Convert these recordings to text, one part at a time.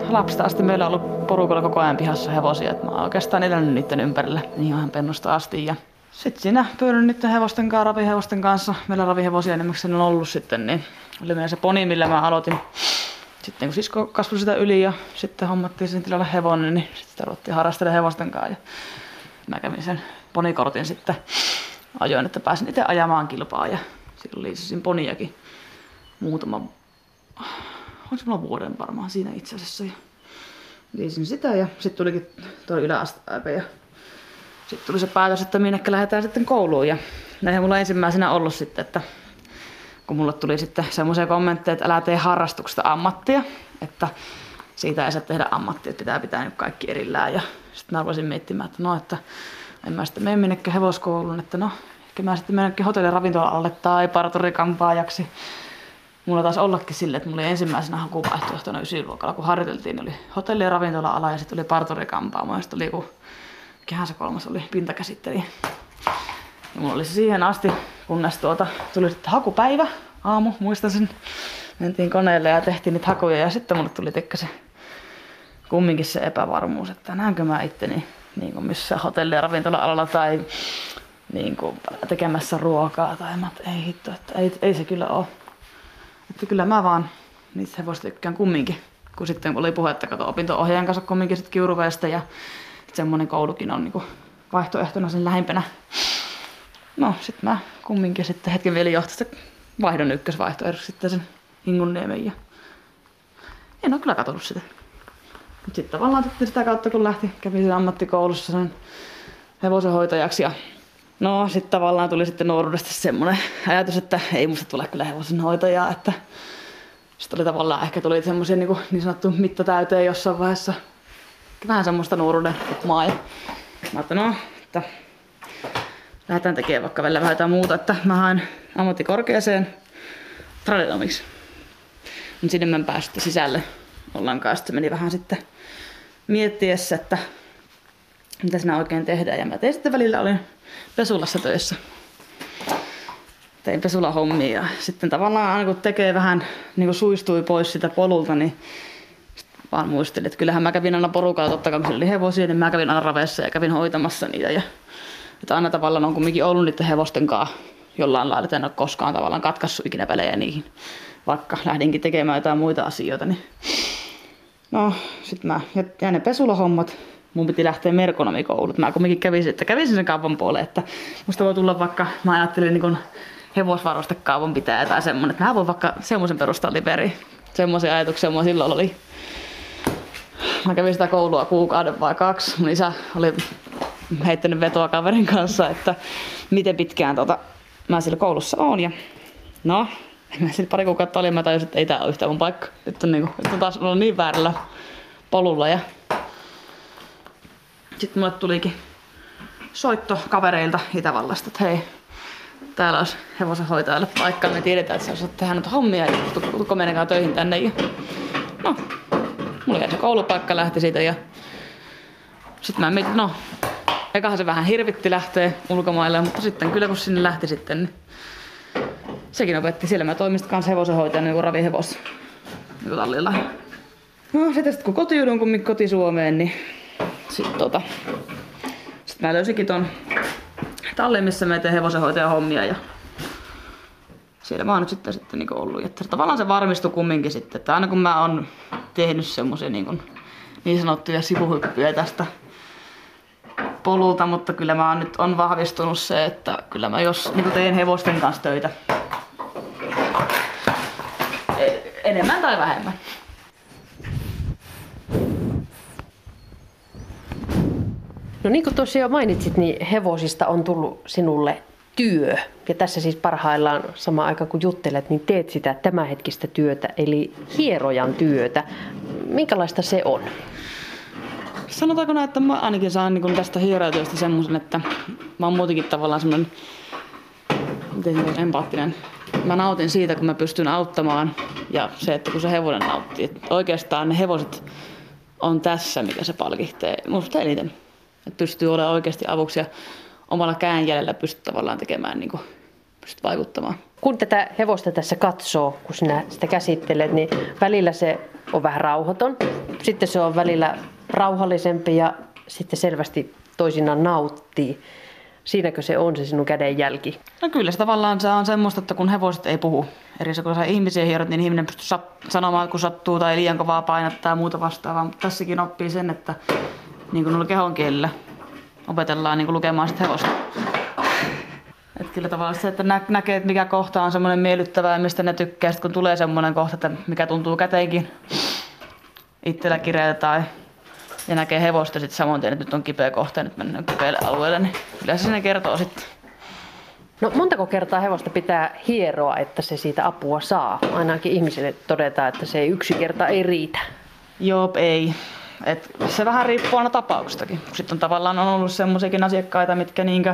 lapsesta asti meillä on ollut porukalla koko ajan pihassa hevosia. Et mä oon oikeastaan elänyt niiden ympärillä ihan pennusta asti. Ja sitten siinä pyörin niiden hevosten kanssa, ravihevosten kanssa. Meillä ravihevosia enimmäkseen on ollut sitten, niin oli meillä se poni, millä mä aloitin. Sitten kun sisko kasvoi sitä yli ja sitten hommattiin sen tilalle hevonen, niin sitten ruvettiin harrastelemaan hevosten kanssa. Ja mä kävin sen ponikortin sitten ajoin, että pääsin itse ajamaan kilpaa. Ja silloin liisasin poniakin onko mulla vuoden varmaan siinä itse asiassa. Ja liisin sitä ja sitten tulikin toi yläasteaika ja sitten tuli se päätös, että minnekä lähdetään sitten kouluun. Ja näinhän mulla ensimmäisenä ollut sitten, että kun mulle tuli sitten semmoisia kommentteja, että älä tee harrastuksesta ammattia, että siitä ei saa tehdä ammattia, että pitää nyt kaikki erillään. Ja sitten mä arvoisin miettimään, että en mä sitten mene minnekään hevoskouluun, että ehkä mä sitten menenkin hotelliravintola-alalle tai parturikampaajaksi. Mulla taisi ollakin silleen, että mulla oli ensimmäisenä hakuvaihtoehtona 9-luokalla, kun harjoiteltiin, niin oli hotelli- ja ravintola-ala ja sitten oli parturikampaa. Ja sitten oli mikähän se kolmas oli, pintakäsittelijä. Ja mulla oli se siihen asti, kunnes tuli sitten hakupäivä aamu, muistan sen. Mentiin koneelle ja tehtiin niitä hakuja ja sitten mulle tuli kumminkin se epävarmuus, että näenkö mä itteni niin kuin missään hotelli- ja ravintola-alalla tai niin kuin tekemässä ruokaa. Tai mä ei hitto, että ei se kyllä ole. Että kyllä mä vaan niistä hevosta tykkään kumminkin. Kun sitten kun oli puhetta opinto-ohjaajan kanssa kumminkin sit Kiuruveestä ja semmonen koulukin on niinku vaihtoehtona sen lähimpänä. No sit mä kumminkin sitten hetken velijohtaista vaihdon ykkösvaihtoehdoksi sitten sen Hingunniemen ja en oo kyllä katsonut sitä. Mut sit tavallaan sitä kautta kun kävin sen ammattikoulussa sen hevosenhoitajaksi ja no sit tavallaan tuli sitten nuoruudesta semmonen ajatus, että ei musta tule kyllä hevosenhoitajaa, että sitten oli tavallaan ehkä tuli semmosia niin sanottu mitta täyteen jossain vaiheessa. Vähän semmoista nuoruuden maa ja mä ajattelin, että lähdetään tekemään vaikka välillä vähän jotain muuta, että mä haen ammattikorkeaseen tradenomiksi. Mut sinne mä en päässyt sisälle ollenkaan, sitten meni vähän sitten miettiessä, että mitä siinä oikein tehdään ja mä tein sitten välillä olin pesulassa töissä. Tein pesulahommia ja sitten tavallaan aina kun tekee vähän niin kuin suistui pois sitä polulta, niin vaan muistelin, että kyllähän mä kävin aina porukalla, totta kai kun oli hevosia, niin mä kävin aina raveessa ja kävin hoitamassa niitä. Ja, että aina tavallaan on kumminkin ollut niiden hevosten kanssa jollain lailla, että en ole koskaan tavallaan katkaissut ikinä pelejä niihin. Vaikka lähdinkin tekemään jotain muita asioita, niin no sit mä jäin ne pesulahommat. Mun piti lähteä merkonomikouluun. Mä kumminkin kävisin sen kaupan puoleen, että musta voi tulla vaikka, mä ajattelin niin hevosvarustekaupan pitää tai semmonen, että mä voin vaikka semmoisen perustaa liberiin. Semmoisia ajatuksia mulla silloin oli. Mä kävin sitä koulua kuukauden vai 2. Mun isä oli heittänyt vetoa kaverin kanssa, että miten pitkään mä siellä koulussa oon. Ja no, mä siellä pari kuukautta olin, mä tajusin, että ei tää ole yhtään mun paikka. Nyt on taas ollut niin väärällä polulla. Ja sitten mulle tulikin soitto kavereilta Itävallasta, että hei, täällä olisi hevosenhoitajalle paikka. Me tiedetään, että sä osaat tehdä noita hommia ja tuko menenkään töihin tänne. Ja no, mulla jäi se koulupaikka, lähti siitä ja sitten mä mietin, ekahan se vähän hirvitti lähteä ulkomaille, mutta sitten kyllä kun sinne lähti sitten, niin sekin opetti. Siellä mä toimin kanssa hevosenhoitajana niin kuin ravihevos niin tallilla. No sitten kun kotiudun kumminkin koti Suomeen, niin sitten mä löysinkin ton tallin, missä mä teen hevosenhoitajan hommia ja siellä mä oon nyt sitten niin ollut. Että tavallaan se varmistui kumminkin sitten, että aina kun mä oon tehnyt semmosia niin sanottuja sivuhyppyjä tästä polulta, mutta kyllä mä nyt on vahvistunut se, että kyllä mä jos niin teen hevosten kanssa töitä enemmän tai vähemmän. No niin kuin tuossa jo mainitsit, niin hevosista on tullut sinulle työ. Ja tässä siis parhaillaan samaan aikaan kun juttelet, niin teet sitä tämänhetkistä työtä, eli hierojan työtä. Minkälaista se on? Sanotaanko näin, että mä ainakin saan niin tästä hierojatyöstä semmoisen, että mä oon muutenkin tavallaan semmoinen empaattinen. Mä nautin siitä, kun mä pystyn auttamaan ja se, että kun se hevonen nauttii. Että oikeastaan ne hevoset on tässä, mikä se palkihtee musta eniten. Että pystyy olemaan oikeasti avuksi ja omalla käänjäljellä pystyt tavallaan tekemään, pystyt vaikuttamaan. Kun tätä hevosta tässä katsoo, kun sinä sitä käsittelet, niin välillä se on vähän rauhaton. Sitten se on välillä rauhallisempi ja sitten selvästi toisinaan nauttii. Siinäkö se on se sinun kädenjälki? No kyllä se tavallaan se on semmoista, että kun hevoset ei puhu. Eri kun sä ihmisiä hierot, niin ihminen pystyy sanomaan, kun sattuu tai liian kovaa painattaa ja muuta vastaavaa. Mutta tässäkin oppii sen, että niin kuin kehon kielellä opetellaan niin kuin lukemaan sitä hevosta. Että kyllä tavallaan se, että näkee, että mikä kohta on semmoinen miellyttävää ja mistä ne tykkää. Sitten kun tulee semmoinen kohta, että mikä tuntuu käteenkin itsellä kireältä ja näkee hevosta sitten samoin tien, että nyt on kipeä kohta ja nyt mennään kipeälle alueelle, niin kyllä se sinne kertoo sitten. No montako kertaa hevosta pitää hieroa, että se siitä apua saa? Ainakin ihmisille todetaan, että se yksi kerta ei riitä. Joo, ei. Et se vähän riippuu aina tapauksestakin. Sitten on tavallaan ollut semmoisiakin asiakkaita, mitkä niinkö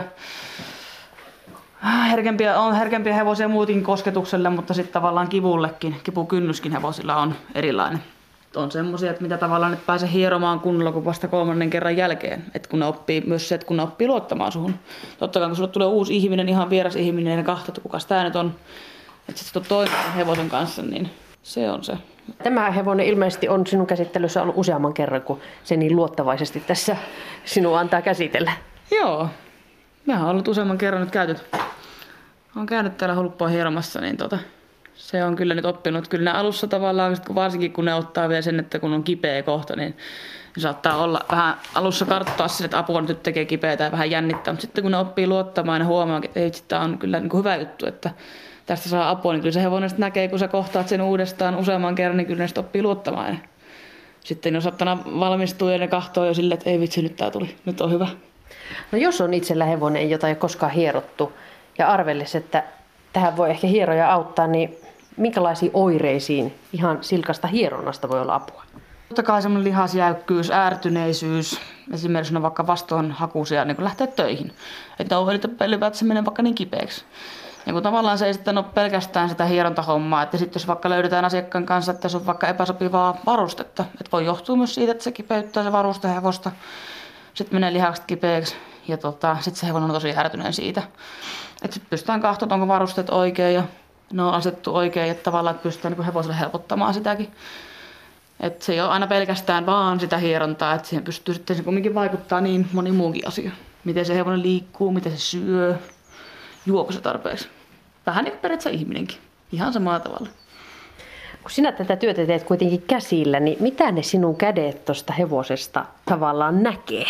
herkempiä hevosia muutenkin kosketukselle, mutta sitten tavallaan kipukynnyskin hevosilla on erilainen. On semmoisia, että mitä tavallaan et pääse hieromaan kunnolla kuin vasta 3. kerran jälkeen. Et kun ne oppii myös se, että kun ne oppii luottamaan suhun. Totta kai kun sulle tulee uusi ihminen, ihan vieras ihminen, ja ne katsoo, että kukas tää nyt on. Että sitten on toinen hevosen kanssa, niin se on se. Tämä hevonen ilmeisesti on sinun käsittelyssä ollut useamman kerran, kun se niin luottavaisesti tässä sinua antaa käsitellä. Joo. Mehän on ollut useamman kerran nyt olen käynyt täällä hulppua hieromassa, niin se on kyllä nyt oppinut. Kyllä ne alussa tavallaan, varsinkin kun ne ottaa vielä sen, että kun on kipeä kohta, niin saattaa olla vähän alussa karttaa sen, että apua nyt tekee kipeätä ja vähän jännittää. Mutta sitten kun ne oppii luottamaan ja huomaa, että ei, tämä on kyllä niin kuin hyvä juttu, että tästä saa apua, niin kyllä se hevonen sitten näkee, kun sä kohtaat sen uudestaan useamman kerran, niin kyllä ne sitten oppii luottamaan. Ja sitten ne saattaa valmistua ja ne kahtoo jo silleen, että ei vitsi, nyt tää tuli, nyt on hyvä. No jos on itsellä hevonen, jota ei ole koskaan hierottu ja arvelisi, että tähän voi ehkä hieroja auttaa, niin minkälaisiin oireisiin ihan silkasta hieronnasta voi olla apua? Totta kai semmoinen lihasjäykkyys, ääärtyneisyys, esimerkiksi ne on vaikka vastoinhakuisia niin kun lähtee töihin. Että on ylipäätään menee vaikka niin kipeäksi. Ja kun tavallaan se ei sitten ole pelkästään sitä hierontahommaa, että sitten jos vaikka löydetään asiakkaan kanssa, että se on vaikka epäsopivaa varustetta, että voi johtua myös siitä, että se kipeyttää se varuste hevosta, sitten menee lihakset kipeäksi ja sitten se hevonen on tosi ärtyneen siitä. Että sitten pystytään katsomaan, onko varusteet oikein ja ne on asettu oikein, että tavallaan että pystytään niin hevoselle helpottamaan sitäkin. Että se ei ole aina pelkästään vaan sitä hierontaa, että siihen pystyy sitten se kumminkin vaikuttaa niin moni muukin asia. Miten se hevonen liikkuu, miten se syö, juoko se tarpeeksi. Vähän niin kuin periaatteessa ihminenkin, ihan samalla tavalla. Kun sinä tätä työtä teet kuitenkin käsillä, niin mitä ne sinun kädet tuosta hevosesta tavallaan näkee?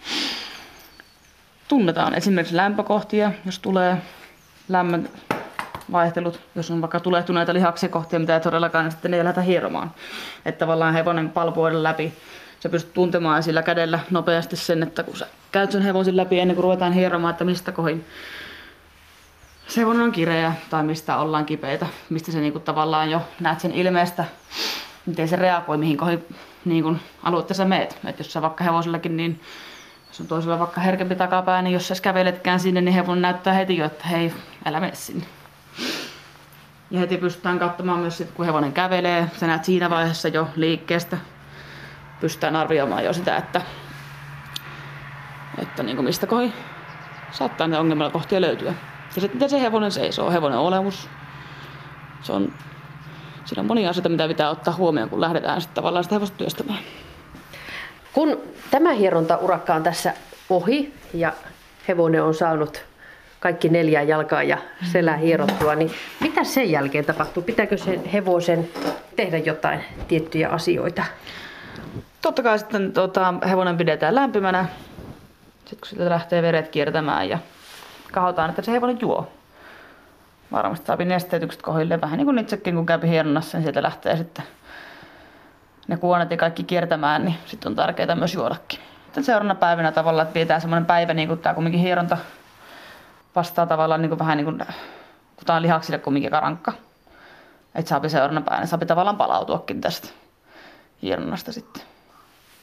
Tunnetaan esimerkiksi lämpökohtia, jos tulee lämmön vaihtelut, jos on vaikka tulehtuneita lihaksia kohtia, mitä ei todellakaan, niin sitten ei lähdetä hieromaan. Että tavallaan hevonen palpuoiden läpi, sä pystyt tuntemaan sillä kädellä nopeasti sen, että kun sä käyt sen hevosin läpi ennen kuin ruvetaan hieromaan, että mistä kohin se hevonen on kireä tai mistä ollaan kipeitä, mistä se niinku tavallaan jo näet sen ilmeestä, miten se reagoi, mihin kohin niinku aluetta sä meet. Et jos sä vaikka hevosellakin, niin jos on toisella vaikka herkempi takapää, niin jos sä käveletkään sinne, niin hevonen näyttää heti jo, että hei, älä mene sinne. Ja heti pystytään katsomaan myös, kun hevonen kävelee, sä näet siinä vaiheessa jo liikkeestä, pystytään arvioimaan jo sitä, että niin mistä kohin saattaa ne ongelmakohtia löytyä. Ja sitten miten se hevonen seisoo, hevonen olemus. Siinä on monia asioita, mitä pitää ottaa huomioon, kun lähdetään sitten tavallaan sitä hevosta työstämään. Kun tämä hierontaurakka on tässä ohi ja hevonen on saanut kaikki 4 jalkaa ja selää hierottua, niin mitä sen jälkeen tapahtuu? Pitääkö sen hevosen tehdä jotain tiettyjä asioita? Totta kai sitten hevonen pidetään lämpimänä, sitten kun sitä lähtee veret kiertämään ja katsotaan, että se hevonen juo. Varmasti saa nesteytykset kohdilleen, vähän niin kuin itsekin kun käy hieronnassa, niin sieltä lähtee sitten ne kuonet ja kaikki kiertämään, niin sitten on tärkeää myös juodakin. Sitten seuraavana päivänä tavallaan, että pidetään semmoinen päivä, niin kuin tämä kumminkin hieronta vastaa tavallaan niin kuin vähän niin kuin, kun tämä on lihaksille kumminkin karankka. Että saapi seuraavana päivänä, saapi tavallaan palautuakin tästä hieronnasta sitten.